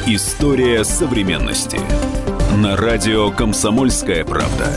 История современности. На радио «Комсомольская правда».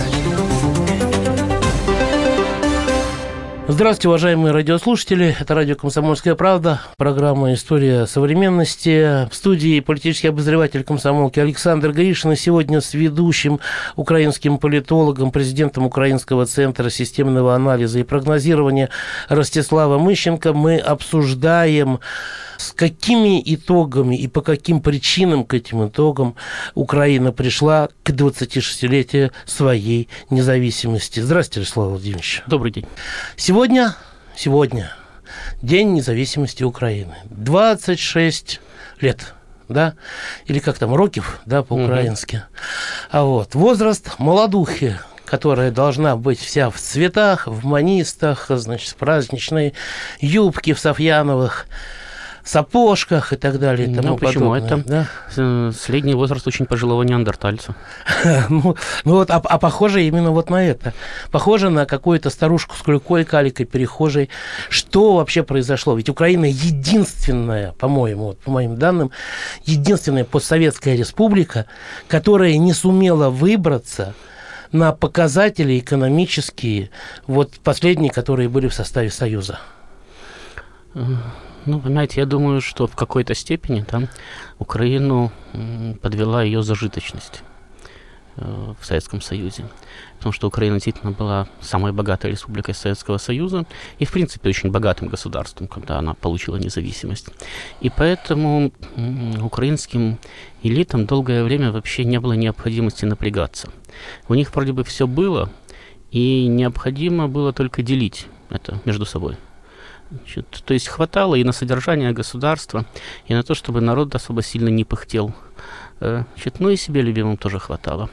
Здравствуйте, уважаемые радиослушатели. Это радио «Комсомольская правда», программа «История современности». В студии политический обозреватель комсомолки Александр Гришин. И сегодня с ведущим украинским политологом, президентом Украинского центра системного анализа и прогнозирования Ростиславом Ищенко мы обсуждаем, с какими итогами и по каким причинам к этим итогам Украина пришла к 26-летию своей независимости. Здравствуйте, Ростислав Владимирович. Добрый день. Сегодня День независимости Украины. 26 лет, да? Или как там, років, да, по-украински. А вот возраст молодухи, которая должна быть вся в цветах, в манистах, значит, в праздничной юбке, в софьяновых сапожках и так далее. И тому почему? Подобное, это средний возраст очень пожилого неандертальца. А похоже именно вот на это. Похоже на какую-то старушку с клюкой, каликой, перехожей. Что вообще произошло? Ведь Украина единственная, по-моему, вот, по моим данным, единственная постсоветская республика, которая не сумела выбраться на показатели экономические, вот последние, которые были в составе Союза. Понимаете, я думаю, что в какой-то степени там Украину подвела ее зажиточность в Советском Союзе. Потому что Украина действительно была самой богатой республикой Советского Союза и, в принципе, очень богатым государством, когда она получила независимость. И поэтому украинским элитам долгое время вообще не было необходимости напрягаться. У них вроде бы все было, и необходимо было только делить это между собой. То есть хватало и на содержание государства, и на то, чтобы народ особо сильно не пыхтел. И себе любимым тоже хватало.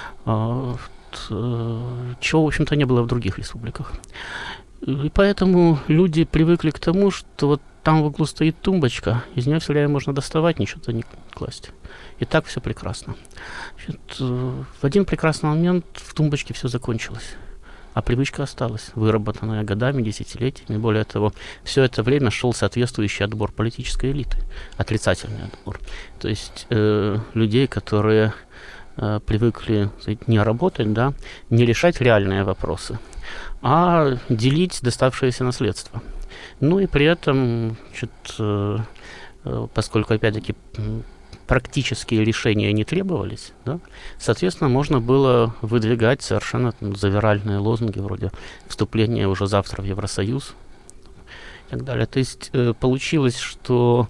Чего, в общем-то, не было в других республиках. И поэтому люди привыкли к тому, что вот там в углу стоит тумбочка, из нее все время можно доставать, ничего туда не класть. И так все прекрасно. В один прекрасный момент в тумбочке все закончилось. А привычка осталась, выработанная годами, десятилетиями. Более того, все это время шел соответствующий отбор политической элиты, отрицательный отбор. То есть людей, которые привыкли не работать, да, не решать реальные вопросы, а делить доставшееся наследство. И при этом, поскольку, опять-таки, практические решения не требовались, да, соответственно, можно было выдвигать совершенно завиральные лозунги вроде вступления уже завтра в Евросоюз и так далее. То есть получилось, что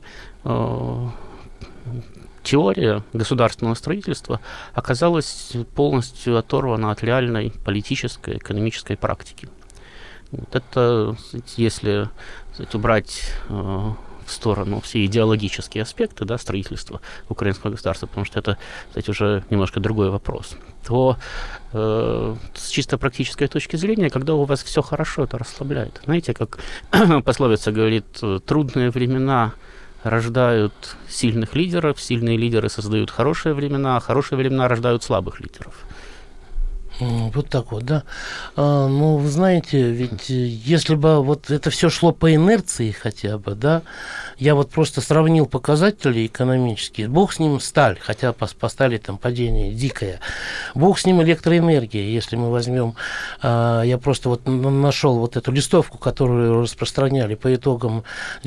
теория государственного строительства оказалась полностью оторвана от реальной политической, экономической практики. Вот это, если убрать в сторону все идеологические аспекты, да, строительства украинского государства, потому что это, кстати, уже немножко другой вопрос, то с чисто практической точки зрения, когда у вас все хорошо, это расслабляет. Знаете, как пословица говорит, трудные времена рождают сильных лидеров, сильные лидеры создают хорошие времена, а хорошие времена рождают слабых лидеров. Вот так вот, да. Вы знаете, ведь если бы вот это все шло по инерции хотя бы, да, я вот просто сравнил показатели экономические. Бог с ним сталь, хотя по стали там падение дикое. Бог с ним электроэнергия, если мы возьмем. Я просто вот нашел вот эту листовку, которую распространяли по итогам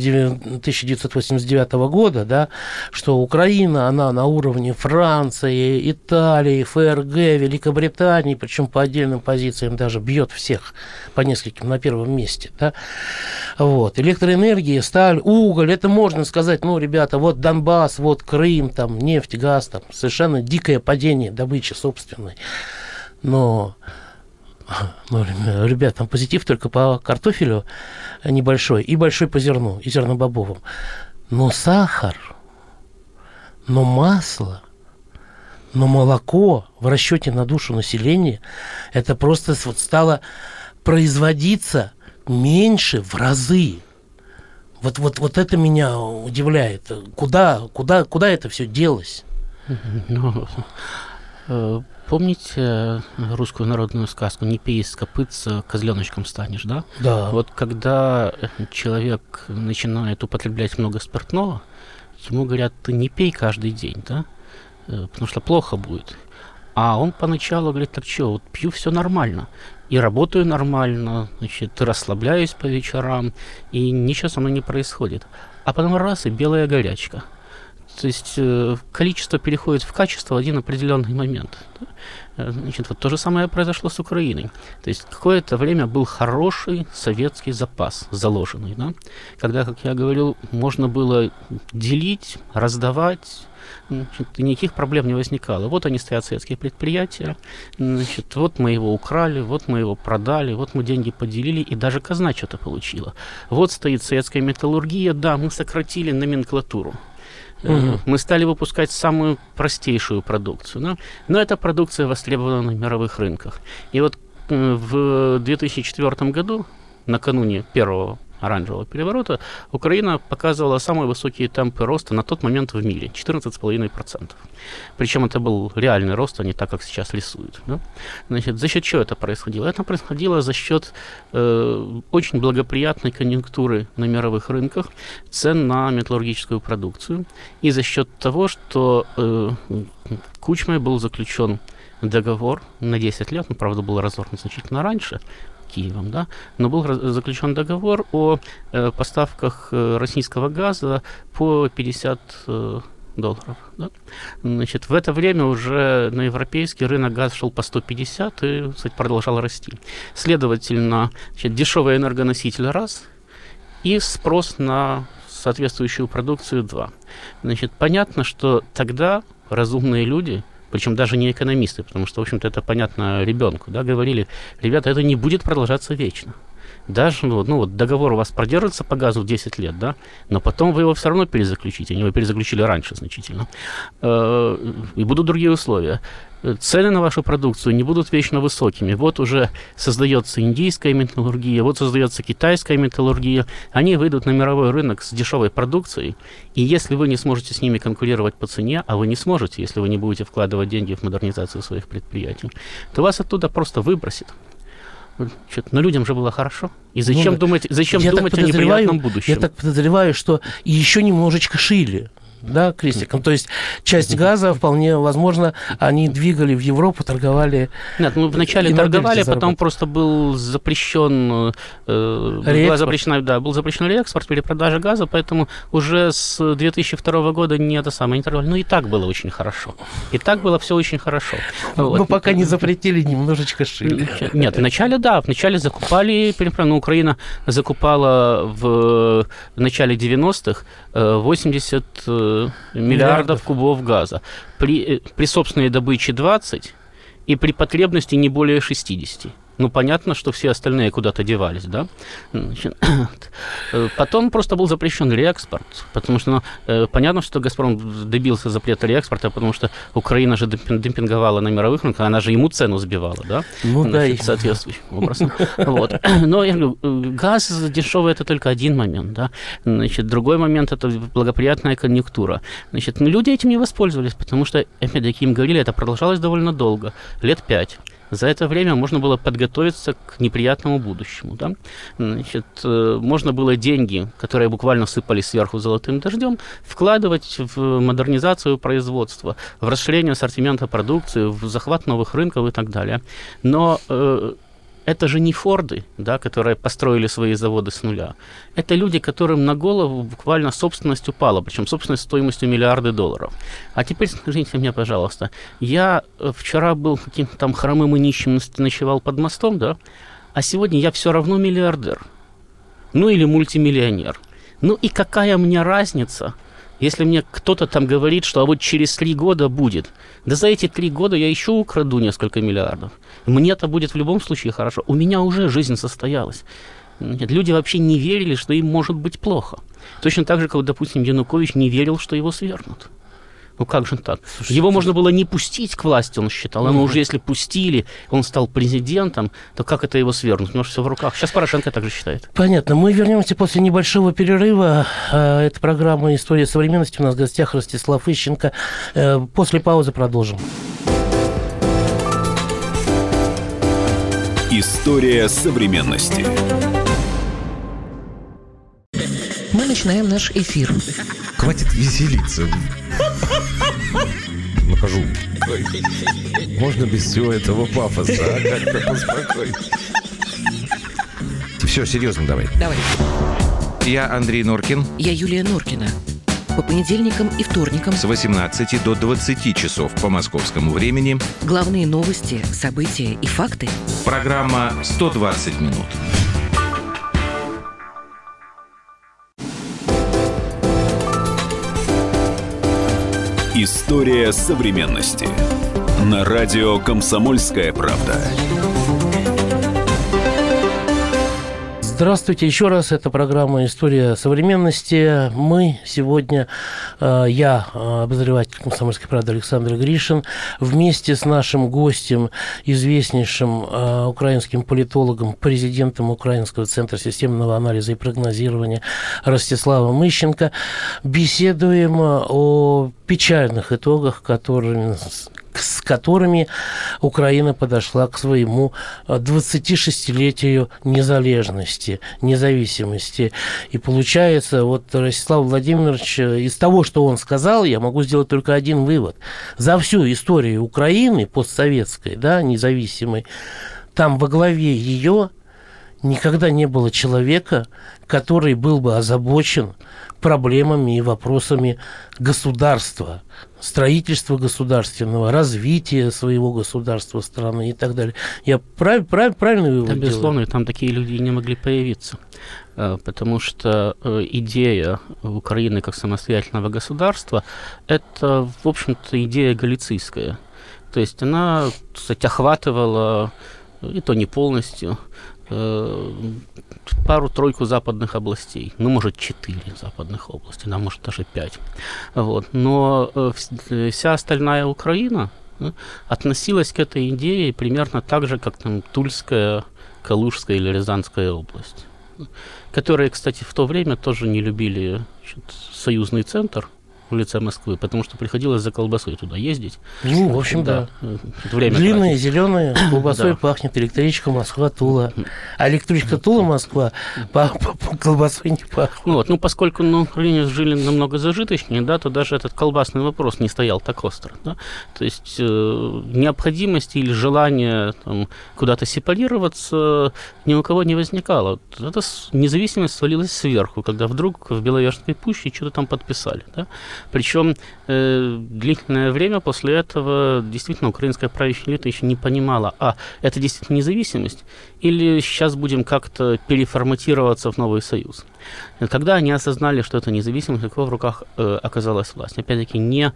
1989 года, да, что Украина, она на уровне Франции, Италии, ФРГ, Великобритании, причем по отдельным позициям даже бьет всех по нескольким на первом месте. Да? Вот. Электроэнергия, сталь, уголь, это можно сказать, ребята, вот Донбасс, вот Крым, там, нефть, газ, там, совершенно дикое падение добычи собственной. Но, ребят, там позитив только по картофелю небольшой и большой по зерну и зернобобовым. Но сахар, но масло, но молоко в расчете на душу населения, это просто вот стало производиться меньше в разы. Вот это меня удивляет. Куда это все делось? Помните русскую народную сказку «Не пей из копытца, козленочком станешь», да? Да. Вот когда человек начинает употреблять много спиртного, ему говорят, ты не пей каждый день, да, потому что плохо будет. А он поначалу говорит, так что, вот пью, все нормально. И работаю нормально, значит, расслабляюсь по вечерам, и ничего со мной не происходит. А потом раз, и белая горячка. То есть количество переходит в качество в один определенный момент. Значит, вот то же самое произошло с Украиной. То есть какое-то время был хороший советский запас заложенный, да? Когда, как я говорил, можно было делить, раздавать, значит, и никаких проблем не возникало. Вот они стоят, советские предприятия, значит, вот мы его украли, вот мы его продали, вот мы деньги поделили, и даже казна что-то получила. Вот стоит советская металлургия, да, мы сократили номенклатуру. Мы стали выпускать самую простейшую продукцию, да? Но эта продукция востребована на мировых рынках. И вот в 2004 году, накануне первого оранжевого переворота, Украина показывала самые высокие темпы роста на тот момент в мире, 14,5%. Причем это был реальный рост, а не так, как сейчас рисуют. Да? Значит, за счет чего это происходило? Это происходило за счет очень благоприятной конъюнктуры на мировых рынках, цен на металлургическую продукцию, и за счет того, что Кучмой был заключен договор на 10 лет, он, правда, был разорван значительно раньше, Киевом, да, но был заключен договор о поставках российского газа по $50. Да? Значит, в это время уже на европейский рынок газ шел по 150 и, кстати, продолжал расти. Следовательно, значит, дешевый энергоноситель раз, и спрос на соответствующую продукцию два. Значит, понятно, что тогда разумные люди, причем даже не экономисты, потому что, в общем-то, это понятно ребенку, да, говорили, ребята, это не будет продолжаться вечно. Даже, вот договор у вас продержится по газу в 10 лет, да, но потом вы его все равно перезаключите. Они его перезаключили раньше значительно. И будут другие условия. Цены на вашу продукцию не будут вечно высокими. Вот уже создается индийская металлургия, вот создается китайская металлургия. Они выйдут на мировой рынок с дешевой продукцией, и если вы не сможете с ними конкурировать по цене, а вы не сможете, если вы не будете вкладывать деньги в модернизацию своих предприятий, то вас оттуда просто выбросит. Но людям же было хорошо. И зачем думать о неприятном будущем? Я так подозреваю, что еще немножечко шили. Да, крестиком. То есть часть газа, вполне возможно, они двигали в Европу, торговали. Нет, вначале торговали, потом просто был запрещен, был запрещен реэкспорт, перепродажа газа, поэтому уже с 2002 года не торговали. Но и так было очень хорошо. И так было все очень хорошо. Но пока не запретили, немножечко шили. Нет, вначале закупали, Украина закупала в начале 90-х 80 миллиардов кубов газа. При собственной добыче 20 и при потребности не более 60. Понятно, что все остальные куда-то девались, да? Значит, потом просто был запрещен реэкспорт, потому что, понятно, что «Газпром» добился запрета реэкспорта, потому что Украина же демпинговала на мировых рынках, она же ему цену сбивала, да? Соответствующим образом. Вот. Но я говорю, газ дешевый – это только один момент, да? Значит, другой момент – это благоприятная конъюнктура. Значит, люди этим не воспользовались, потому что, опять-таки, им говорили, это продолжалось довольно долго, лет 5. За это время можно было подготовиться к неприятному будущему. Да? Значит, можно было деньги, которые буквально сыпались сверху золотым дождем, вкладывать в модернизацию производства, в расширение ассортимента продукции, в захват новых рынков и так далее. Но это же не Форды, да, которые построили свои заводы с нуля. Это люди, которым на голову буквально собственность упала, причем собственность стоимостью $миллиарды. А теперь скажите мне, пожалуйста, я вчера был каким-то там хромым и нищим, ночевал под мостом, да, а сегодня я все равно миллиардер. Или мультимиллионер. И какая мне разница, если мне кто-то там говорит, что вот через 3 года будет. Да за эти 3 года я еще украду несколько миллиардов. Мне-то будет в любом случае хорошо. У меня уже жизнь состоялась. Нет, люди вообще не верили, что им может быть плохо. Точно так же, как, допустим, Янукович не верил, что его свергнут. Как же так? Его можно было не пустить к власти, он считал. Но уже если пустили, он стал президентом, то как это его свергнуть? У него все в руках. Сейчас Порошенко также считает. Понятно. Мы вернемся после небольшого перерыва. Это программа «История современности». У нас в гостях Ростислав Ищенко. После паузы продолжим. История современности. Мы начинаем наш эфир. Хватит веселиться. Накажу. Можно без всего этого пафоса, а? Как-то поспокойнее. Все, серьезно давай. Давай. Я Андрей Норкин. Я Юлия Норкина. По понедельникам и вторникам С 18 до 20 часов по московскому времени. главные новости, события и факты. Программа «120 минут». История современности. На радио «Комсомольская правда». Здравствуйте еще раз. Это программа «История современности». Мы сегодня, я, обозреватель «Комсомольской правды» Александр Гришин, вместе с нашим гостем, известнейшим украинским политологом, президентом Украинского центра системного анализа и прогнозирования Ростиславом Ищенко, беседуем о печальных итогах, с которыми Украина подошла к своему 26-летию независимости. И получается, вот Ростислав Владимирович, из того, что он сказал, я могу сделать только один вывод. За всю историю Украины, постсоветской, да, независимой, там во главе ее никогда не было человека, который был бы озабочен проблемами и вопросами государства, строительства государственного, развития своего государства, страны и так далее. Я правильно вывод делаю? Безусловно, и там такие люди не могли появиться, потому что идея Украины как самостоятельного государства – это, в общем-то, идея галицийская. То есть она, кстати, охватывала, и то не полностью, пару-тройку западных областей, ну, может, 4 западных области, да, может, даже 5. Вот. Но вся остальная Украина относилась к этой идее примерно так же, как там Тульская, Калужская или Рязанская область, которые, кстати, в то время тоже не любили, значит, союзный центр в лице Москвы, потому что приходилось за колбасой туда ездить. Ну, в общем, да. Время длинные, тратить. зеленые, колбасой пахнет, электричка Москва-Тула. А электричка Тула-Москва колбасой не пахнет. Ну, поскольку на Украине жили намного зажиточнее, да, то даже этот колбасный вопрос не стоял так остро. Да? То есть необходимости или желания там, куда-то сепарироваться ни у кого не возникало. Эта независимость свалилась сверху, когда вдруг в Беловежской пуще что-то там подписали. Да? Причем длительное время после этого действительно украинская правящая элита еще не понимала, это действительно независимость, или сейчас будем как-то переформатироваться в новый союз. Когда они осознали, что это независимость, у кого в руках оказалась власть? Опять-таки, не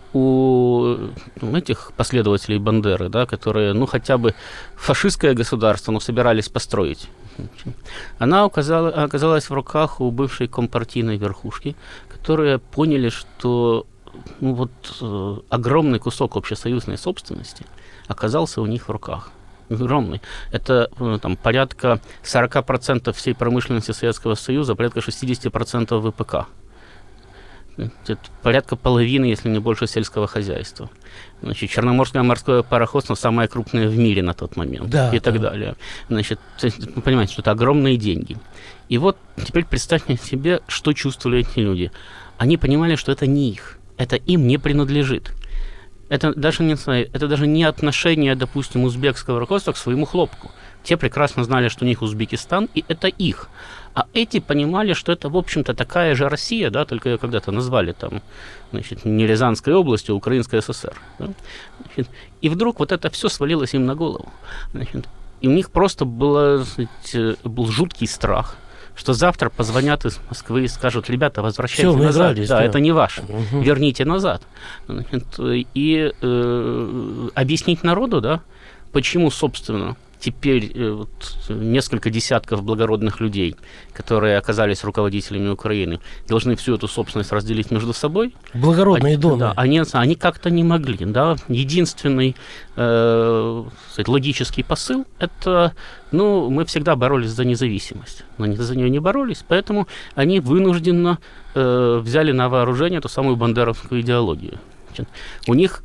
у этих последователей Бандеры, да, которые, хотя бы фашистское государство, собирались построить. Она оказалась в руках у бывшей компартийной верхушки, которые поняли, что огромный кусок общесоюзной собственности оказался у них в руках. Огромный. Это порядка 40% всей промышленности Советского Союза, порядка 60% ВПК. Это порядка половины, если не больше, сельского хозяйства. Значит, Черноморское морское пароходство самое крупное в мире на тот момент, и так далее. Значит, вы понимаете, что это огромные деньги. И вот теперь представьте себе, что чувствовали эти люди. Они понимали, что это не их, это им не принадлежит. Это даже не отношение, допустим, узбекского руководства к своему хлопку. Те прекрасно знали, что у них Узбекистан, и это их. А эти понимали, что это, в общем-то, такая же Россия, да, только ее когда-то назвали не Рязанской областью, а Украинской ССР. Да? И вдруг вот это все свалилось им на голову. И у них просто был жуткий страх, что завтра позвонят из Москвы и скажут: ребята, возвращайте назад. Да, это не ваше. Верните назад. И объяснить народу, да, почему, собственно, теперь несколько десятков благородных людей, которые оказались руководителями Украины, должны всю эту собственность разделить между собой. Благородные доны. Да, они как-то не могли. Да? Единственный логический посыл – это мы всегда боролись за независимость, но за нее не боролись, поэтому они вынужденно взяли на вооружение ту самую бандеровскую идеологию. У них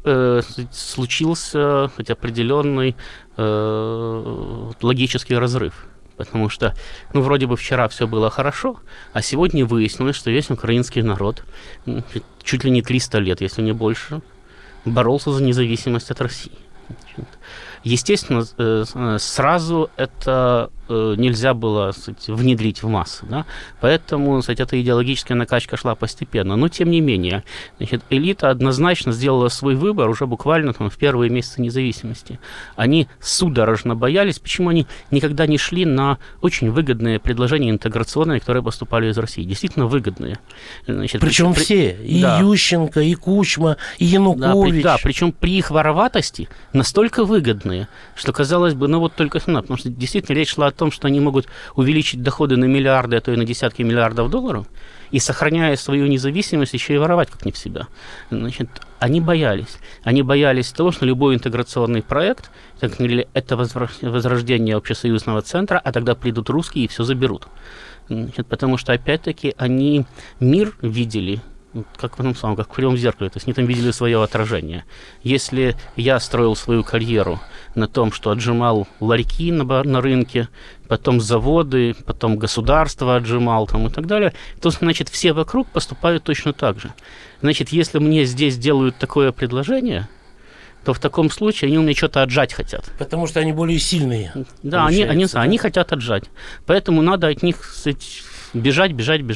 случился определенный логический разрыв. Потому что, вроде бы вчера все было хорошо, а сегодня выяснилось, что весь украинский народ чуть ли не 300 лет, если не больше, боролся за независимость от России. Естественно, сразу это нельзя было, кстати, внедрить в массы, да? Поэтому, кстати, эта идеологическая накачка шла постепенно. Но, тем не менее, элита однозначно сделала свой выбор уже буквально в первые месяцы независимости. Они судорожно боялись, почему они никогда не шли на очень выгодные предложения интеграционные, которые поступали из России. Действительно выгодные. Причем все, и да. Ющенко, и Кучма, и Янукович. Да, причем при их вороватости настолько выгодные, что, казалось бы, только цена. Потому что действительно речь шла о том, что они могут увеличить доходы на миллиарды, а то и на десятки миллиардов долларов, и, сохраняя свою независимость, еще и воровать как не в себя. Они боялись. Они боялись того, что любой интеграционный проект, как говорили, это возрождение общесоюзного центра, а тогда придут русские и все заберут. Потому что, опять-таки, они мир видели как в кривом зеркале, то есть они там видели свое отражение. Если я строил свою карьеру на том, что отжимал ларьки на рынке, потом заводы, потом государство отжимал и так далее, то, значит, все вокруг поступают точно так же. Значит, если мне здесь делают такое предложение, то в таком случае они у меня что-то отжать хотят. Потому что они более сильные. Да, они хотят отжать. Поэтому надо от них, кстати, бежать.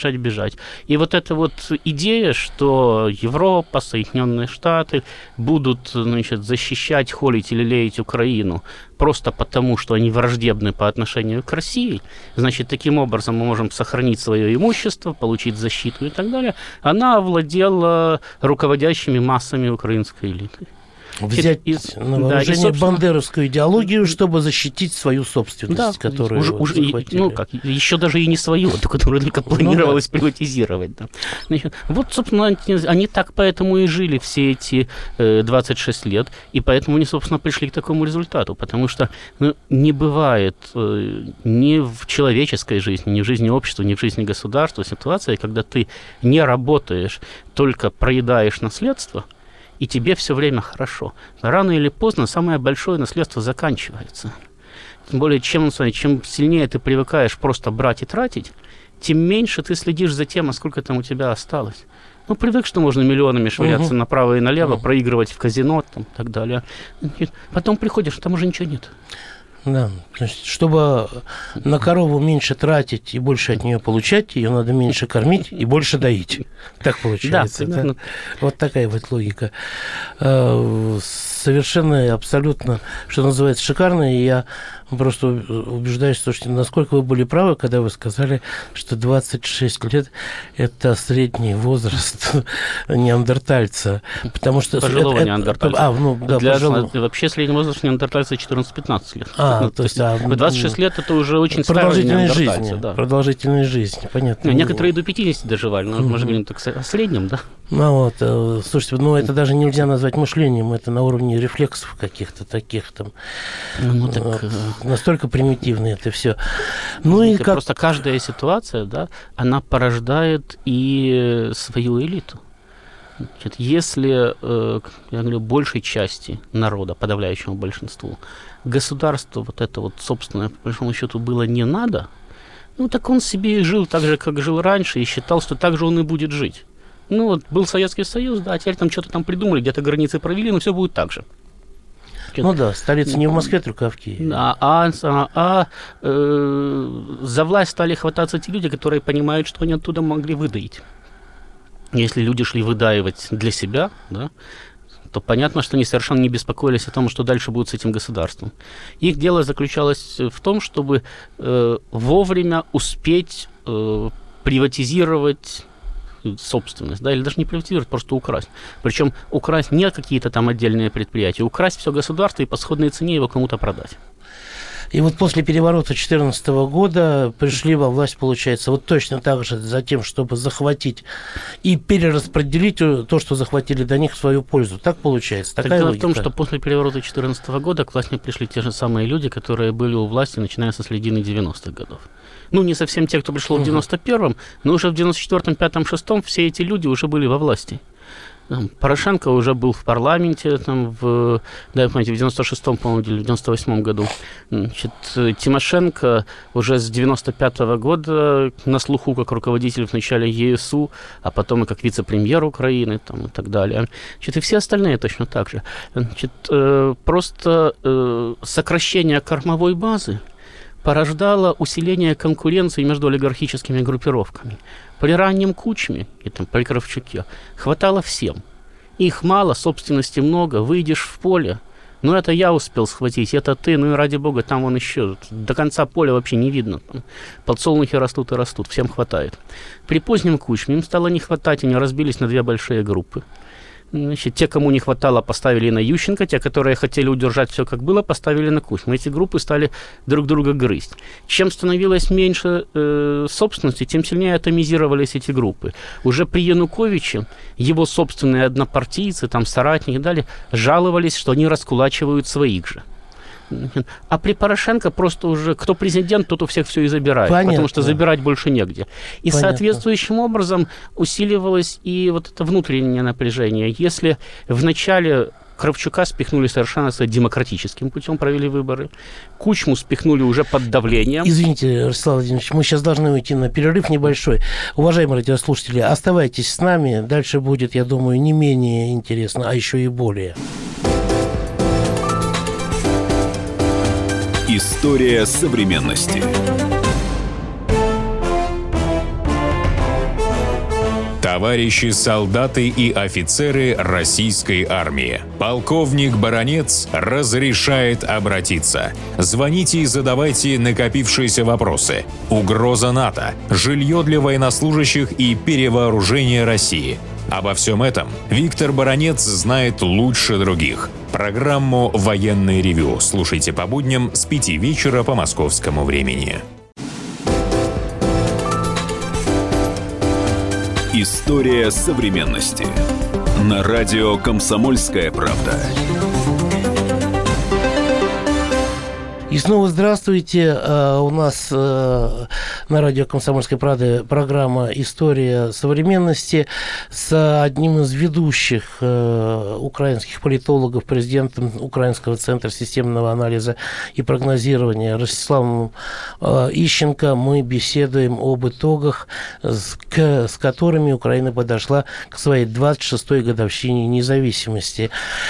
И вот эта вот идея, что Европа, Соединенные Штаты будут, защищать, холить или леять Украину просто потому, что они враждебны по отношению к России, значит, таким образом мы можем сохранить свое имущество, получить защиту и так далее, она овладела руководящими массами украинской элиты. Взять на вооружение бандеровскую идеологию, чтобы защитить свою собственность, которую захватили. Еще даже и не свою, которую только планировалось приватизировать. Да. Значит, вот, собственно, они так поэтому и жили все эти 26 лет, и поэтому они, собственно, пришли к такому результату, потому что не бывает ни в человеческой жизни, ни в жизни общества, ни в жизни государства ситуации, когда ты не работаешь, только проедаешь наследство, и тебе все время хорошо. Рано или поздно самое большое наследство заканчивается. Тем более, чем сильнее ты привыкаешь просто брать и тратить, тем меньше ты следишь за тем, а сколько там у тебя осталось. Привык, что можно миллионами швыряться направо и налево, проигрывать в казино и так далее. Потом приходишь, там уже ничего нет. Да, значит, чтобы на корову меньше тратить и больше от нее получать, ее надо меньше кормить и больше доить. Так получается. Да? Вот такая вот логика. Совершенно и абсолютно, что называется, шикарно. И я просто убеждаюсь, что насколько вы были правы, когда вы сказали, что 26 лет – это средний возраст неандертальца. Потому что пожилого неандертальца. Вообще средний возраст неандертальца 14-15 лет. То есть 26 лет – это уже очень старый неандертальцы. Да. Продолжительность жизни, понятно. Некоторые до 50 доживали, но мы же говорим так о среднем, да? Слушайте, это даже нельзя назвать мышлением, это на уровне рефлексов каких-то таких там. Настолько примитивно это все. Просто каждая ситуация, да, она порождает и свою элиту. Значит, если, я говорю, большей части народа, подавляющему большинству, государство вот это вот собственное, по большому счету, было не надо, так он себе и жил так же, как жил раньше, и считал, что так же он и будет жить. Был Советский Союз, да, а теперь там что-то там придумали, где-то границы провели, но все будет так же. Столица не в Москве, только в Киеве. За власть стали хвататься те люди, которые понимают, что они оттуда могли выдаить. Если люди шли выдаивать для себя, да, то понятно, что они совершенно не беспокоились о том, что дальше будет с этим государством. Их дело заключалось в том, чтобы вовремя успеть приватизировать собственность, да, или даже не приватизировать, просто украсть. Причем украсть не какие-то там отдельные предприятия, украсть все государство и по сходной цене его кому-то продать. И вот после переворота 2014 года пришли во власть, получается, вот точно так же за тем, чтобы захватить и перераспределить то, что захватили до них, в свою пользу. Так получается? Такая дело логика? в том, что после переворота 2014 года к власти пришли те же самые люди, которые были у власти, начиная со середины 90-х годов. Не совсем те, кто пришел в 91-м, но уже в 94-м, 5-м, 6-м все эти люди уже были во власти. Порошенко уже был в парламенте в 96-м, по-моему, или в 98-м году. Значит, Тимошенко уже с 95-го года на слуху как руководитель вначале ЕСУ, а потом и как вице-премьер Украины и так далее. Значит, и все остальные точно так же. Значит, просто сокращение кормовой базы порождало усиление конкуренции между олигархическими группировками. При раннем Кучме и при Кравчуке хватало всем. Их мало, собственности много, выйдешь в поле. Это я успел схватить, это ты, и ради бога, там вон еще. До конца поля вообще не видно. Подсолнухи растут и растут, всем хватает. При позднем Кучме им стало не хватать, они разбились на две большие группы. Значит, те, кому не хватало, поставили на Ющенко, те, которые хотели удержать все как было, поставили на Кучму. Эти группы стали друг друга грызть. Чем становилось меньше собственности, тем сильнее атомизировались эти группы. Уже при Януковиче его собственные однопартийцы, соратники и далее, жаловались, что они раскулачивают своих же. А при Порошенко просто уже кто президент, тот у всех все и забирает. Понятно. Потому что забирать больше негде. И соответствующим образом усиливалось и вот это внутреннее напряжение. Если в начале Кравчука спихнули совершенно демократическим путем, провели выборы. Кучму спихнули уже под давлением. Извините, Ростислав Владимирович, мы сейчас должны уйти на перерыв небольшой. Уважаемые радиослушатели, оставайтесь с нами. Дальше будет, я думаю, не менее интересно, а еще и более. История современности. Товарищи солдаты и офицеры российской армии. Полковник Баранец разрешает обратиться. Звоните и задавайте накопившиеся вопросы. Угроза НАТО, жилье для военнослужащих и перевооружение России. Обо всем этом Виктор Баранец знает лучше других. Программу «Военное ревю» слушайте по будням с 5 вечера по московскому времени. История современности. На радио «Комсомольская правда». И снова здравствуйте. У нас на радио «Комсомольская правда» программа «История современности» с одним из ведущих украинских политологов, президентом Украинского центра системного анализа и прогнозирования Ростиславом Ищенко. Мы беседуем об итогах, с которыми Украина подошла к своей 26-й годовщине независимости.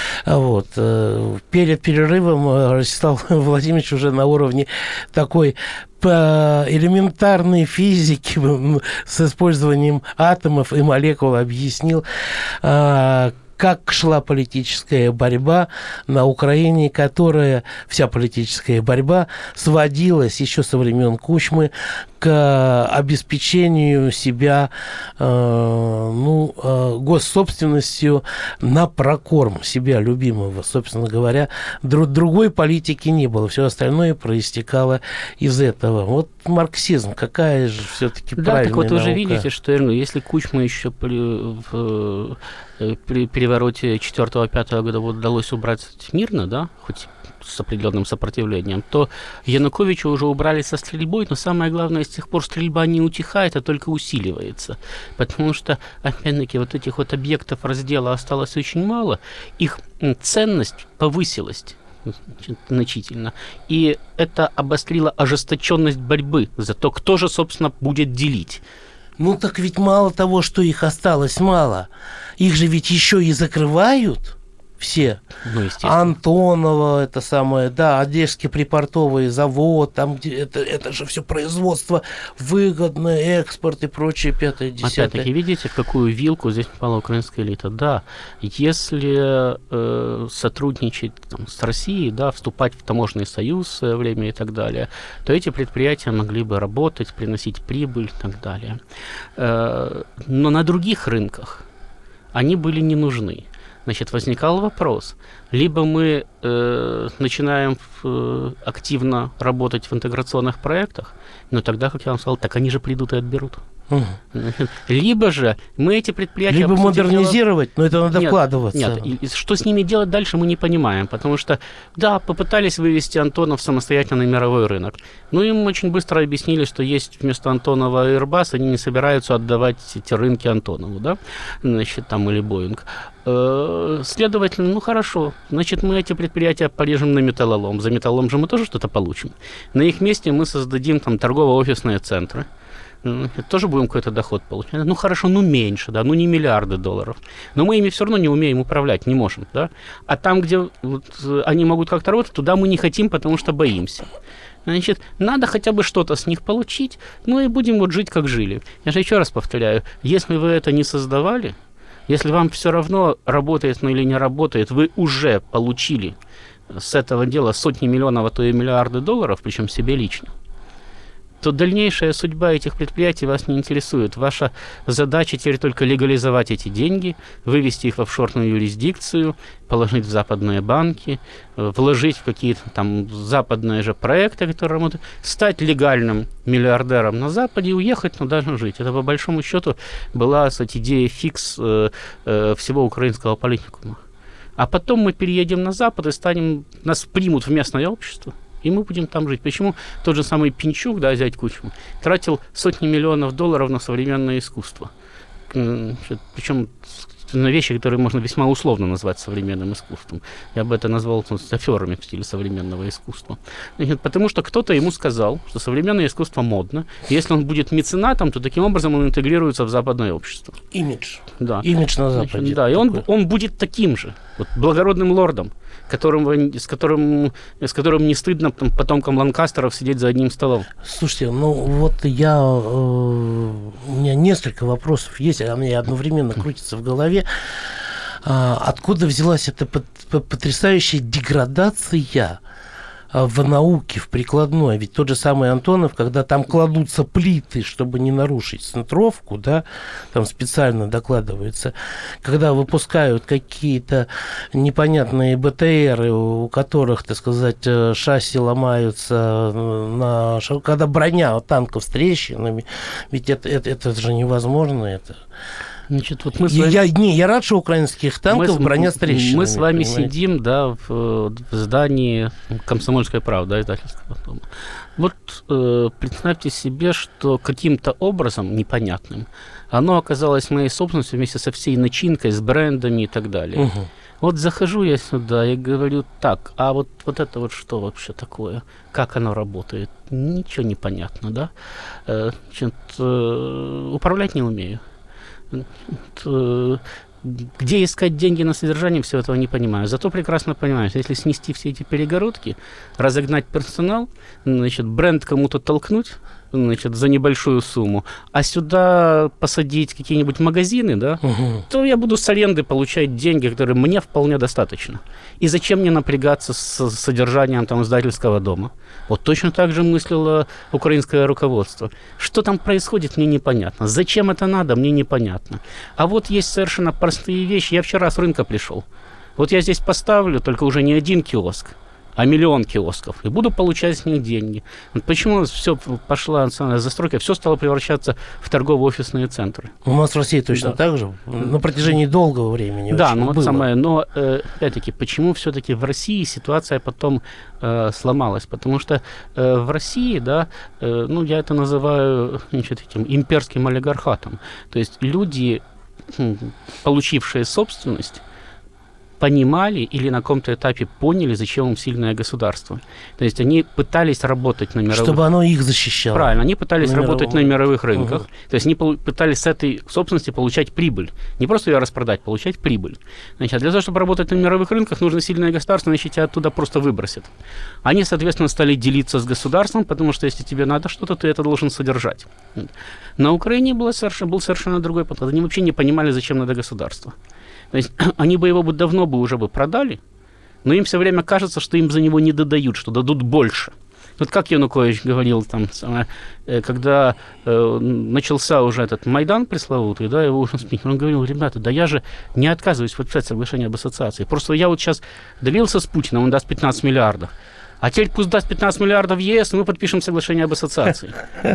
Перед перерывом Ростислав Владимирович уже на уровне такой элементарной физики с использованием атомов и молекул объяснил, как шла политическая борьба на Украине, вся политическая борьба сводилась еще со времен Кучмы к обеспечению себя госсобственностью на прокорм себя любимого. Собственно говоря, другой политики не было. Все остальное проистекало из этого. Вот марксизм, какая же все-таки правильная наука. Вы уже видите, что если Кучма еще при перевороте 4-5 года удалось убрать мирно, хоть с определенным сопротивлением, то Януковича уже убрали со стрельбой, но самое главное, с тех пор стрельба не утихает, а только усиливается. Потому что, опять-таки, этих объектов раздела осталось очень мало, их ценность повысилась значительно. И это обострило ожесточенность борьбы за то, кто же, собственно, будет делить. Так ведь мало того, что их осталось мало, их же ведь еще и закрывают все. Антонова, Одесский припортовый завод, там где это же все производство выгодное, экспорт и прочее, 5-10. Опять-таки, видите, в какую вилку здесь попала украинская элита? Да, если сотрудничать с Россией, вступать в таможенный союз в свое время и так далее, то эти предприятия могли бы работать, приносить прибыль и так далее. Но на других рынках они были не нужны. Значит, возникал вопрос. Либо мы начинаем активно работать в интеграционных проектах, но тогда, как я вам сказал, так они же придут и отберут. Либо же мы эти предприятия... Либо модернизировать, но это надо вкладываться. Нет, и что с ними делать дальше, мы не понимаем, потому что, да, попытались вывести Антонов самостоятельно на мировой рынок, но им очень быстро объяснили, что есть вместо Антонова Airbus, они не собираются отдавать эти рынки Антонову, да, значит, там, или Боинг. Следовательно, ну хорошо, значит, мы эти предприятия порежем на металлолом, за металлолом же мы тоже что-то получим. На их месте мы создадим там торгово-офисные центры, тоже будем какой-то доход получать. Ну, хорошо, ну, меньше, да, ну, не миллиарды долларов. Но мы ими все равно не умеем управлять, не можем, да. А там, где вот, они могут как-то работать, туда мы не хотим, потому что боимся. Значит, надо хотя бы что-то с них получить, ну, и будем вот жить, как жили. Я же еще раз повторяю, если вы это не создавали, если вам все равно, работает оно или не работает, вы уже получили с этого дела сотни миллионов, а то и миллиарды долларов, причем себе лично, то дальнейшая судьба этих предприятий вас не интересует. Ваша задача теперь только легализовать эти деньги, вывести их в офшорную юрисдикцию, положить в западные банки, вложить в какие-то там западные же проекты, которые работают, стать легальным миллиардером на Западе и уехать туда же жить. Это, по большому счету, была, кстати, идея фикс всего украинского политикума. А потом мы переедем на Запад и нас примут в местное общество, и мы будем там жить. Почему тот же самый Пинчук, да, зять Кучмы, тратил сотни миллионов долларов на современное искусство? Причем на вещи, которые можно весьма условно назвать современным искусством. Я бы это назвал аферами в стиле современного искусства. Потому что кто-то ему сказал, что современное искусство модно, и если он будет меценатом, то таким образом он интегрируется в западное общество. Имидж. Да. Имидж на Западе. Да, и он будет таким же, вот, благородным лордом, с которым не стыдно потомкам Ланкастеров сидеть за одним столом. Слушайте, ну вот у меня несколько вопросов есть, а мне одновременно крутится в голове. Откуда взялась эта потрясающая деградация в науке, в прикладной? Ведь тот же самый Антонов, когда там кладутся плиты, чтобы не нарушить центровку, да, там специально докладывается, когда выпускают какие-то непонятные БТРы, у которых, так сказать, шасси ломаются, когда броня танков с трещинами, ведь это же невозможно, это... Значит, вот мы с вами... Я рад, что украинских танков броня с трещинами. Мы с вами сидим, да, в здании «Комсомольская правда», издательского дома. Вот представьте себе, что каким-то образом непонятным оно оказалось моей собственностью вместе со всей начинкой, с брендами и так далее. Угу. Вот захожу я сюда и говорю, так, а вот это вот что вообще такое? Как оно работает? Ничего не понятно, да? Управлять не умею. Где искать деньги на содержание, всего этого не понимаю. Зато прекрасно понимаю, что если снести все эти перегородки, разогнать персонал, значит, бренд кому-то толкнуть, значит, за небольшую сумму, а сюда посадить какие-нибудь магазины, да, то я буду с аренды получать деньги, которые мне вполне достаточно. И зачем мне напрягаться с содержанием там издательского дома? Вот точно так же мыслило украинское руководство. Что там происходит, мне непонятно. Зачем это надо, мне непонятно. А вот есть совершенно простые вещи. Я вчера с рынка пришел. Вот я здесь поставлю только уже не один киоск, а миллион киосков, и буду получать с них деньги. Вот почему все пошла национальная застройка, все стало превращаться в торгово-офисные центры. У нас в России точно так же, на протяжении долгого времени. Да, ну вот самое, но опять-таки, почему все-таки в России ситуация потом сломалась? Потому что в России, да, ну я это называю, значит, этим имперским олигархатом. То есть люди, получившие собственность, понимали или на каком-то этапе поняли, зачем им сильное государство. То есть они пытались работать на мировых... Чтобы оно их защищало. Правильно, они пытались работать на мировых рынках. То есть они пытались с этой собственности получать прибыль. Не просто ее распродать, получать прибыль. Значит, а для того, чтобы работать на мировых рынках, нужно сильное государство, значит, тебя оттуда просто выбросят. Они, соответственно, стали делиться с государством, потому что если тебе надо что-то, ты это должен содержать. На Украине был совершенно другой подход. Они вообще не понимали, зачем надо государство. То есть они бы его давно уже продали, но им все время кажется, что им за него не додают, что дадут больше. Вот как Янукович говорил, там, когда начался уже этот Майдан пресловутый, да, его уже спикер, он говорил, ребята, да я же не отказываюсь подписать соглашение об ассоциации. Просто я вот сейчас добился с Путиным, он даст 15 миллиардов. А теперь пусть даст 15 миллиардов ЕС, и мы подпишем соглашение об ассоциации.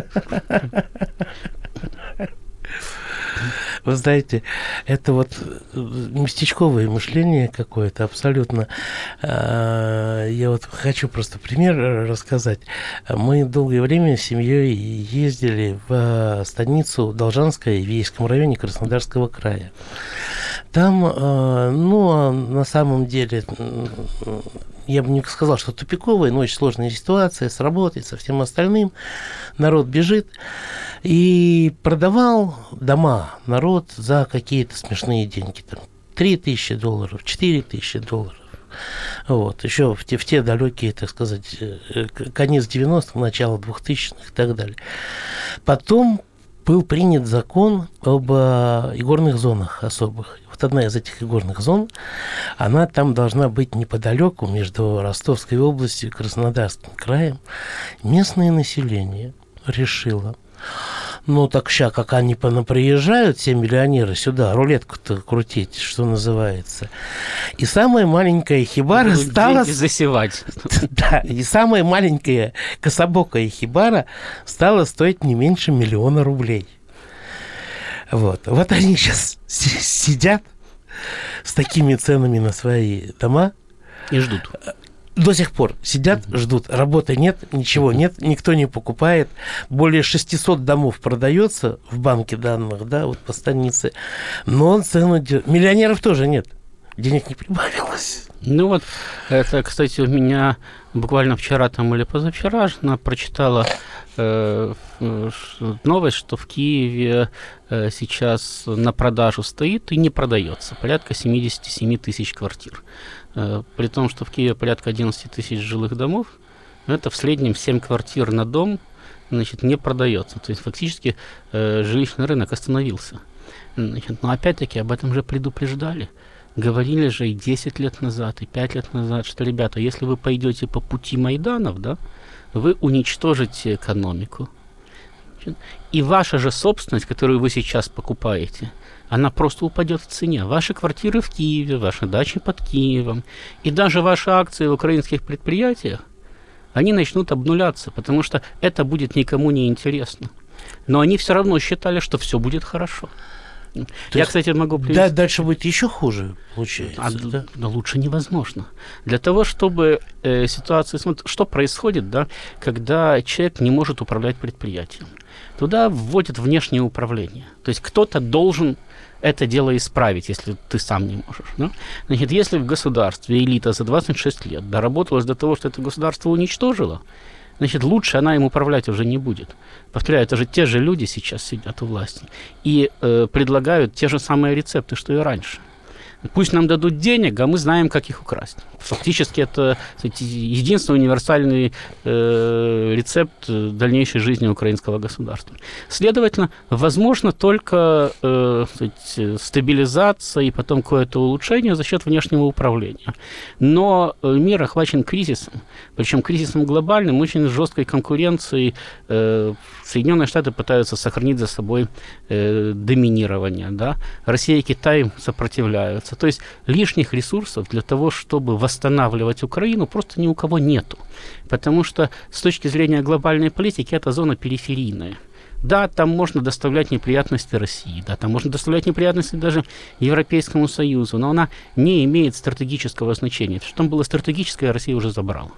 Вы знаете, это вот местечковое мышление какое-то абсолютно. Я вот хочу просто пример рассказать. Мы долгое время с семьей ездили в станицу Должанская в Вейском районе Краснодарского края. Там, на самом деле, я бы не сказал, что тупиковая, но очень сложная ситуация с работой, со всем остальным. Народ бежит. И продавал дома народ за какие-то смешные деньги. Там, $3000, $4000. Вот. Еще в те далекие, так сказать, конец 90-х, начало 2000-х и так далее. Потом был принят закон об игорных зонах особых. Вот одна из этих игорных зон, она там должна быть неподалеку между Ростовской областью и Краснодарским краем. Местное население решило: ну, так ща, как они приезжают, все миллионеры, сюда, рулетку-то крутить, что называется. И самая маленькая хибара стала... засевать. Да, и самая маленькая кособокая хибара стала стоить не меньше 1 000 000 рублей. Вот они сейчас сидят с такими ценами на свои дома. И ждут. До сих пор сидят, ждут. Работы нет, ничего нет, никто не покупает. Более 600 домов продается в банке данных, да, вот по станице. Но цену... Миллионеров тоже нет. Денег не прибавилось. Ну вот, это, кстати, у меня буквально вчера там или позавчера жена прочитала новость, что в Киеве сейчас на продажу стоит и не продается порядка 77 тысяч квартир. При том, что в Киеве порядка 11 тысяч жилых домов, это в среднем 7 квартир на дом, значит, не продается. То есть фактически жилищный рынок остановился. Значит, но опять-таки об этом же предупреждали. Говорили же и 10 лет назад, и 5 лет назад, что, ребята, если вы пойдете по пути Майданов, да, вы уничтожите экономику. И ваша же собственность, которую вы сейчас покупаете, она просто упадет в цене. Ваши квартиры в Киеве, ваши дачи под Киевом и даже ваши акции в украинских предприятиях, они начнут обнуляться, потому что это будет никому не интересно. Но они все равно считали, что все будет хорошо. Я, кстати, могу привести... Да, дальше будет еще хуже, получается. Да? Да лучше невозможно. Для того, чтобы ситуация... Что происходит, да, когда человек не может управлять предприятием? Туда вводят внешнее управление. То есть кто-то должен это дело исправить, если ты сам не можешь. Да? Значит, если в государстве элита за 26 лет доработалась до того, что это государство уничтожило, значит, лучше она им управлять уже не будет. Повторяю, это же те же люди сейчас сидят у власти и предлагают те же самые рецепты, что и раньше. Пусть нам дадут денег, а мы знаем, как их украсть. Фактически это, кстати, единственный универсальный рецепт дальнейшей жизни украинского государства. Следовательно, возможно только стабилизация и потом какое-то улучшение за счет внешнего управления. Но мир охвачен кризисом, причем кризисом глобальным, очень жесткой конкуренцией. Соединенные Штаты пытаются сохранить за собой доминирование. Да? Россия и Китай сопротивляются. То есть лишних ресурсов для того, чтобы восстанавливать Украину, просто ни у кого нету. Потому что с точки зрения глобальной политики эта зона периферийная. Да, там можно доставлять неприятности России, да, там можно доставлять неприятности даже Европейскому Союзу, но она не имеет стратегического значения. Что там было стратегическое, Россия уже забрала.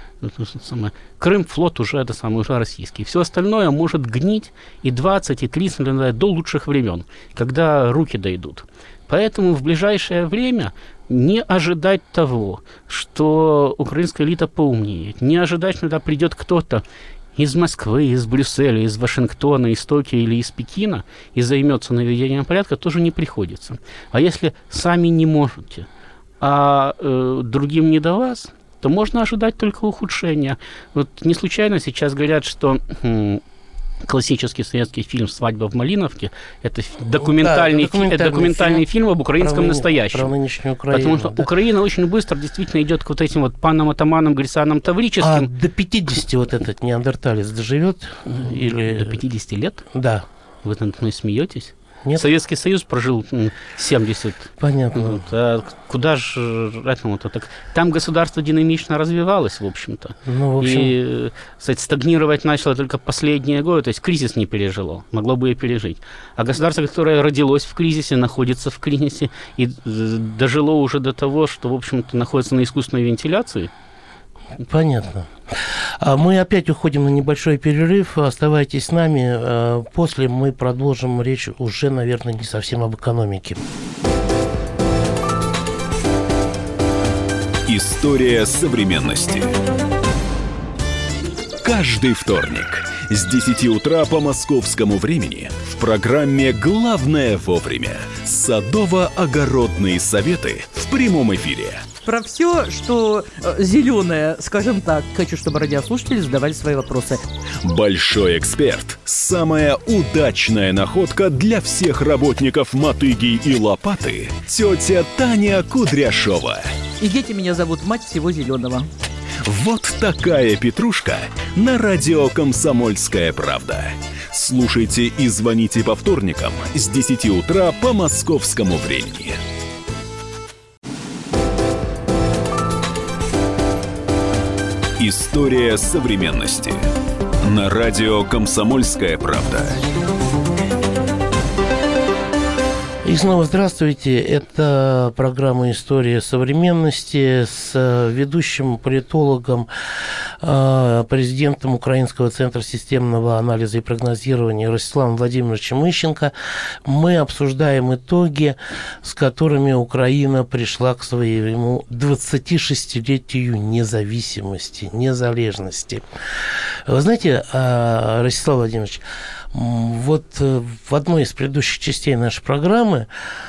Крым, флот уже российский. Все остальное может гнить и 20, и 30 лет до лучших времен, когда руки дойдут. Поэтому в ближайшее время не ожидать того, что украинская элита поумнеет, не ожидать, что туда придет кто-то из Москвы, из Брюсселя, из Вашингтона, из Токио или из Пекина и займется наведением порядка, тоже не приходится. А если сами не можете, а другим не до вас, то можно ожидать только ухудшения. Вот не случайно сейчас говорят, что классический советский фильм «Свадьба в Малиновке» — это документальный фильм об украинском настоящем. Про нынешнюю Украину. Потому что Украина очень быстро действительно идет к вот этим вот панам Атаманам, Грисанам Таврическим. А до 50 вот этот неандерталец доживет? Или... До 50 лет? Да. Вы над мной смеетесь? Нет? Советский Союз прожил 70. Понятно. Вот, а куда же этому-то? Так, там государство динамично развивалось, в общем-то. Ну, в общем... И, кстати, стагнировать начало только последние годы, то есть кризис не пережило, могло бы и пережить. А государство, которое родилось в кризисе, находится в кризисе и дожило уже до того, что, в общем-то, находится на искусственной вентиляции. Понятно. Мы опять уходим на небольшой перерыв. Оставайтесь с нами. После мы продолжим речь уже, наверное, не совсем об экономике. История современности. Каждый вторник с 10 утра по московскому времени в программе «Главное вовремя» садово-огородные советы в прямом эфире. Про все, что зеленое, скажем так. Хочу, чтобы радиослушатели задавали свои вопросы. Большой эксперт. Самая удачная находка для всех работников мотыги и лопаты. Тетя Таня Кудряшова. И дети меня зовут мать всего зеленого. Вот такая петрушка на радио «Комсомольская правда». Слушайте и звоните по вторникам с 10 утра по московскому времени. История современности. На радио «Комсомольская правда». И снова здравствуйте. Это программа «История современности» с ведущим политологом, президентом Украинского центра системного анализа и прогнозирования Ростиславом Владимировичем Ищенко. Мы обсуждаем итоги, с которыми Украина пришла к своему 26-летию независимости, незалежности. Вы знаете, Ростислав Владимирович, вот в одной из предыдущих частей нашей программы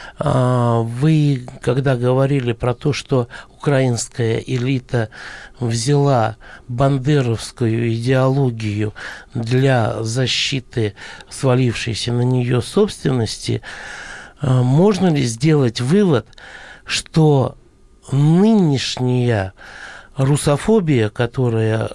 вы, когда говорили про то, что украинская элита взяла бандеровскую идеологию для защиты свалившейся на нее собственности, можно ли сделать вывод, что нынешняя русофобия, которая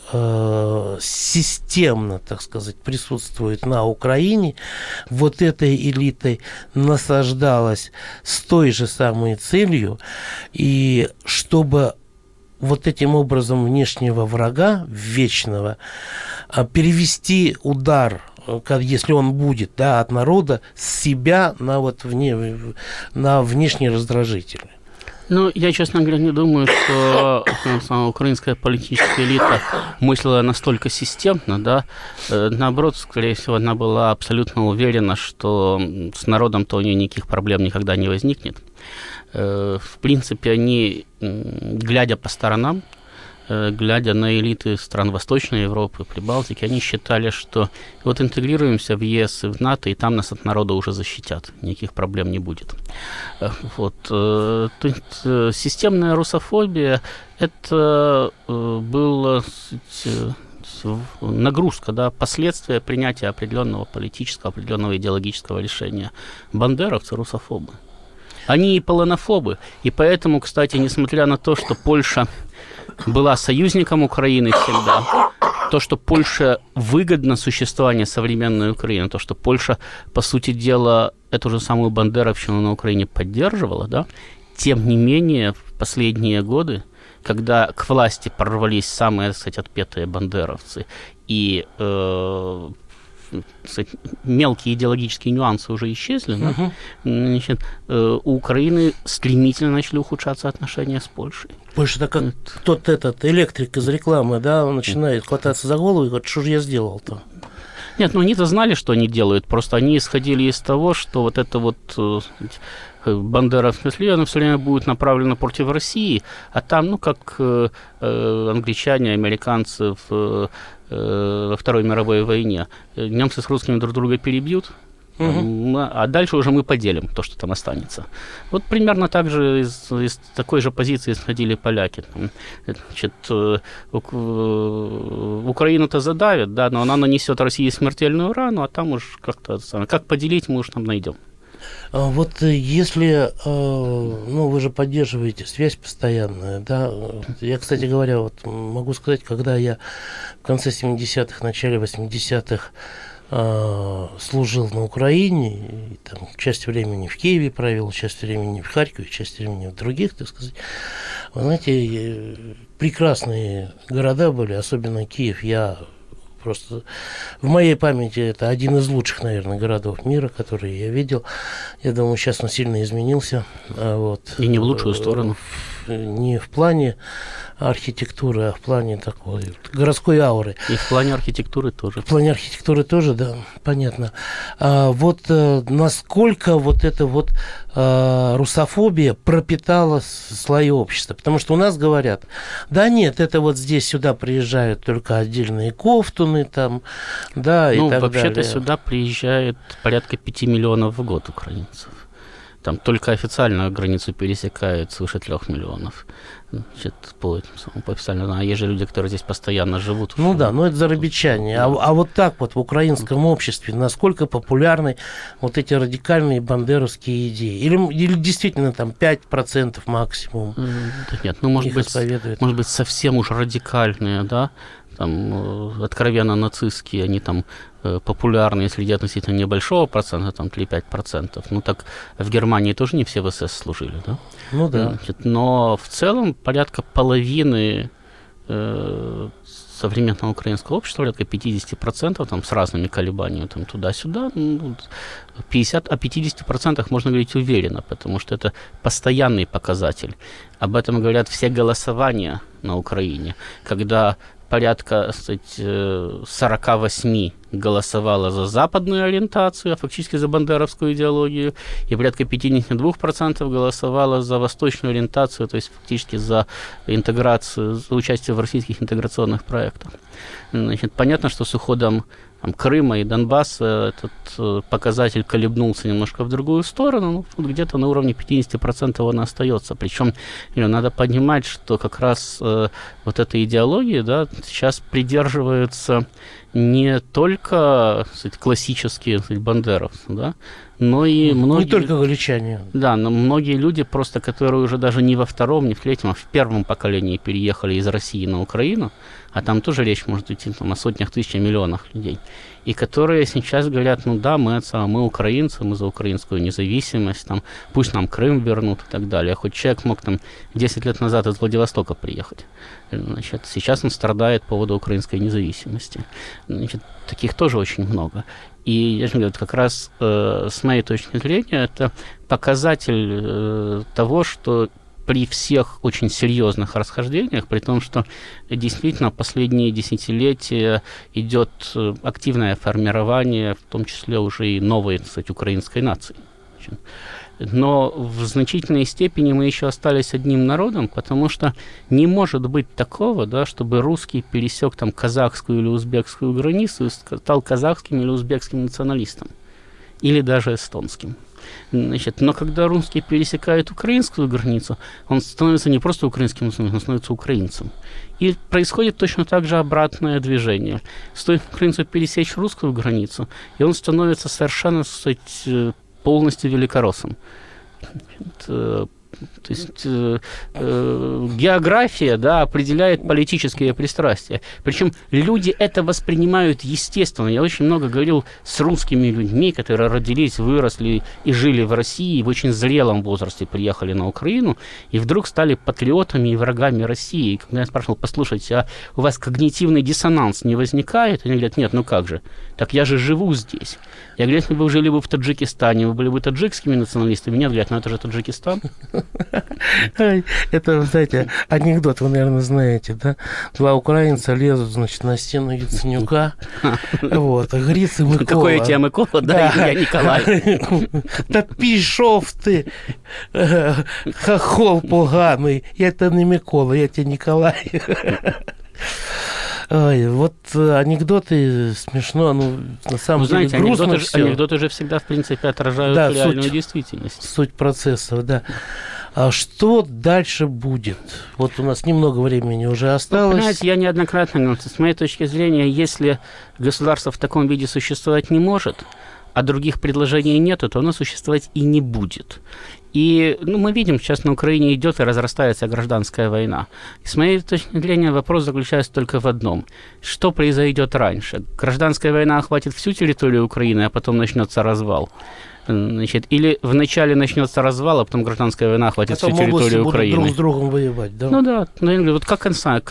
системно, так сказать, присутствует на Украине, вот этой элитой насаждалась с той же самой целью, и чтобы вот этим образом внешнего врага, вечного, перевести удар, если он будет, да, от народа, с себя на, вот на внешние раздражители. Ну, я, честно говоря, не думаю, что украинская политическая элита мыслила настолько системно, да. Наоборот, скорее всего, она была абсолютно уверена, что с народом-то у нее никаких проблем никогда не возникнет. В принципе, они, глядя по сторонам, глядя на элиты стран Восточной Европы, Прибалтики, они считали, что вот интегрируемся в ЕС и в НАТО, и там нас от народа уже защитят, никаких проблем не будет. Вот. То есть, системная русофобия – это была нагрузка, да, последствия принятия определенного политического, определенного идеологического решения. Бандеровцы – русофобы. Они и полонофобы, и поэтому, кстати, несмотря на то, что Польша была союзником Украины всегда, то, что Польше выгодно существование современной Украины, то, что Польша, по сути дела, эту же самую бандеровщину на Украине поддерживала, да, тем не менее, в последние годы, когда к власти прорвались самые, кстати, отпетые бандеровцы, и мелкие идеологические нюансы уже исчезли, да? Значит, у Украины стремительно начали ухудшаться отношения с Польшей. Польша, так как тот этот электрик из рекламы, да, он начинает хвататься за голову и говорит, что же я сделал-то? Нет, ну они-то знали, что они делают, просто они исходили из того, что вот это вот бандеровское след, оно все время будет направлено против России, а там, ну, как англичане, американцы во Второй мировой войне, немцы с русскими друг друга перебьют, а дальше уже мы поделим то, что там останется. Вот примерно так же из такой же позиции исходили поляки. Значит, Украину-то задавят, да, но она нанесет России смертельную рану, а там уж как-то, как поделить, мы уж там найдем. Вот если, ну, вы же поддерживаете связь постоянную, да, я, кстати говоря, вот могу сказать, когда я в конце 70-х, начале 80-х служил на Украине, и, там, часть времени в Киеве провел, часть времени в Харькове, часть времени в других, так сказать. Вы знаете, прекрасные города были, особенно Киев. Я просто в моей памяти это один из лучших, наверное, городов мира, которые я видел. Я думаю, сейчас он сильно изменился. Вот. И не в лучшую сторону. Не в плане архитектуры, а в плане такой городской ауры. И в плане архитектуры тоже. В плане архитектуры тоже, да, понятно. Вот насколько вот эта вот русофобия пропитала слои общества. Потому что у нас говорят, да нет, это вот здесь сюда приезжают только отдельные кофтуны там, да, и так далее. Ну, вообще-то сюда приезжает порядка 5 миллионов в год украинцев. Там только официальную границу пересекают свыше 3 миллионов. Значит, по официально. А есть же люди, которые здесь постоянно живут. Ну да, но это зарабичане. А вот так вот в украинском обществе насколько популярны вот эти радикальные бандеровские идеи? Или действительно там 5% максимум? Да нет, ну может быть совсем уж радикальные, да? Там, откровенно нацистские, они там популярны, если идти относительно небольшого процента, там 3-5%. Ну так в Германии тоже не все в СС служили, да? Ну да. Значит, но в целом порядка половины современного украинского общества, порядка 50%, там с разными колебаниями там, туда-сюда, ну, 50, о 50% можно говорить уверенно, потому что это постоянный показатель. Об этом говорят все голосования на Украине, когда порядка, кстати, 48 голосовало за западную ориентацию, а фактически за бандеровскую идеологию, и порядка 52% голосовало за восточную ориентацию, то есть фактически за интеграцию, за участие в российских интеграционных проектах. Значит, понятно, что с уходом там, Крыма и Донбасса этот показатель колебнулся немножко в другую сторону, но вот где-то на уровне 50% он остается. Причем надо понимать, что как раз вот эта идеология, да, сейчас придерживаются не только, кстати, классические, кстати, бандеровцы, да, но и многие... Не только галичане. Да, но многие люди просто, которые уже даже не во втором, не в третьем, а в первом поколении переехали из России на Украину, а там тоже речь может идти там, о сотнях тысяч, о миллионах людей, и которые сейчас говорят, ну да, мы украинцы, мы за украинскую независимость, там, пусть нам Крым вернут и так далее. Хоть человек мог там 10 лет назад из Владивостока приехать. Значит, сейчас он страдает по поводу украинской независимости. Значит, таких тоже очень много. И я же говорю, как раз с моей точки зрения это показатель того, что при всех очень серьезных расхождениях, при том, что действительно последние десятилетия идет активное формирование, в том числе уже и новой, кстати, украинской нации. Но в значительной степени мы еще остались одним народом, потому что не может быть такого, да, чтобы русский пересек там казахскую или узбекскую границу и стал казахским или узбекским националистом, или даже эстонским. Значит, но когда русский пересекает украинскую границу, он становится не просто украинским националистом, он становится украинцем. И происходит точно так же обратное движение. Стоит украинцу пересечь русскую границу, и он становится совершенно, сказать, полностью великороссом. То есть география, да, определяет политические пристрастия. Причем люди это воспринимают естественно. Я очень много говорил с русскими людьми, которые родились, выросли и жили в России, и в очень зрелом возрасте приехали на Украину, и вдруг стали патриотами и врагами России. И когда я спрашивал, послушайте, а у вас когнитивный диссонанс не возникает? Они говорят, нет, ну как же, так я же живу здесь. Я говорю, если бы вы жили бы в Таджикистане, вы были бы таджикскими националистами. Нет, говорят, ну это же Таджикистан. Это, знаете, анекдот, вы, наверное, знаете, да? Два украинца лезут, значит, на стену Яценюка. Вот, Гриц и Микола. Какой у тебя Микола, да, и я Николай. Та пішов ти, хохол поганий. Я тебе не Микола, я тебе Николай. Ой, вот анекдоты смешно, ну, на самом деле грустно все. Анекдоты же всегда, в принципе, отражают реальную действительность. Суть процессов, да. А что дальше будет? Вот у нас немного времени уже осталось. Понимаете, я неоднократно говорил, с моей точки зрения, если государство в таком виде существовать не может, а других предложений нету, то оно существовать и не будет. И мы видим, сейчас на Украине идет и разрастается гражданская война. И с моей точки зрения вопрос заключается только в одном. Что произойдет раньше? Гражданская война охватит всю территорию Украины, а потом начнется развал. Значит, или вначале начнется развал, а потом гражданская война охватит всю территорию Украины. Друг с другом воевать, да? Ну да, вот как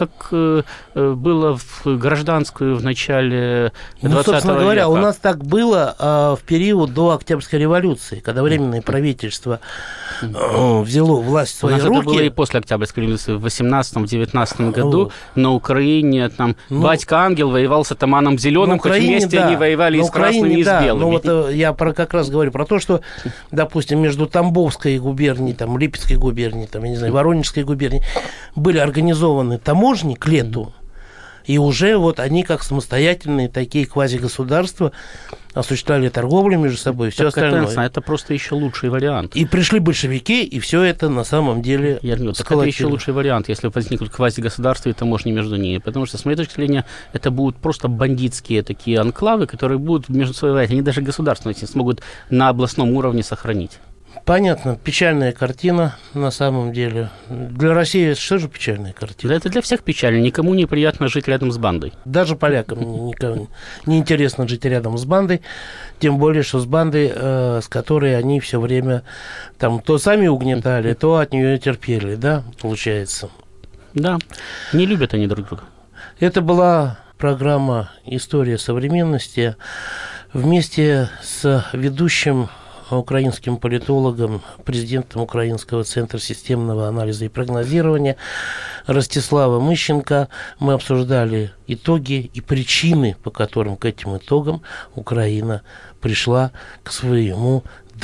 было в гражданскую в начале 20 века. Собственно говоря, у нас так было в период до Октябрьской революции, когда Временное правительство взяло власть в свои руки. У нас это было и после Октябрьской революции, в 18-19 году на Украине там батька Ангел воевал с атаманом Зеленым, хоть вместе они воевали и с красными, и с белыми. Ну вот я как раз говорю про то, что, допустим, между Тамбовской губернией, там, Липецкой губернией, там, я не знаю, Воронежской губернией были организованы таможни к лету, и уже вот они как самостоятельные такие квазигосударства осуществляли торговлю между собой и все остальное. Это просто еще лучший вариант. И пришли большевики, и все это на самом деле это еще лучший вариант, если возникнут квазигосударства и таможни между ними. Потому что, с моей точки зрения, это будут просто бандитские такие анклавы, которые будут между собой воевать. Они даже государственные смогут на областном уровне сохранить. Понятно, печальная картина на самом деле. Для России это что же печальная картина? Да это для всех печально. Никому не приятно жить рядом с бандой. Даже полякам не интересно жить рядом с бандой. Тем более, что с бандой, с которой они все время там то сами угнетали, то от нее терпели, да, получается? Да, не любят они друг друга. Это была программа «История современности» вместе с ведущим украинским политологом, президентом Украинского центра системного анализа и прогнозирования Ростиславом Ищенко. Мы обсуждали итоги и причины, по которым к этим итогам Украина пришла к своему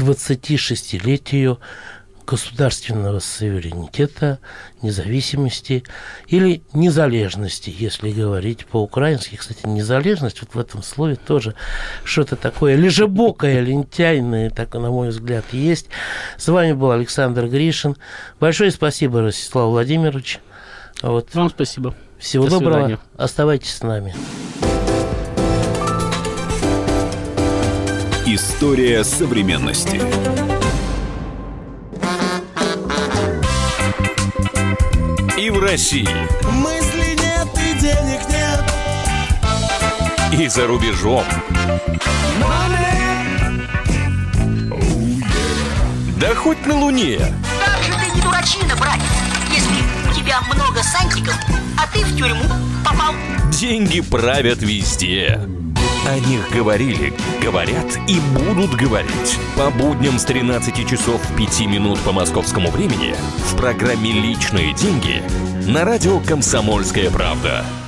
26-летию государственного суверенитета, независимости или незалежности, если говорить по-украински. Кстати, незалежность вот в этом слове тоже что-то такое лежебокое, лентяйное, так, на мой взгляд, есть. С вами был Александр Гришин. Большое спасибо, Ростислав Владимирович. Вот. Вам спасибо. Всего доброго. Свидания. Оставайтесь с нами. История современности. И в России. Мысли нет и денег нет. И за рубежом. Да хоть на Луне. Как же ты не дурачина, братец, если у тебя много сантиков, а ты в тюрьму попал. Деньги правят везде. О них говорили, говорят и будут говорить. По будням с 13 часов 5 минут по московскому времени в программе «Личные деньги» на радио «Комсомольская правда».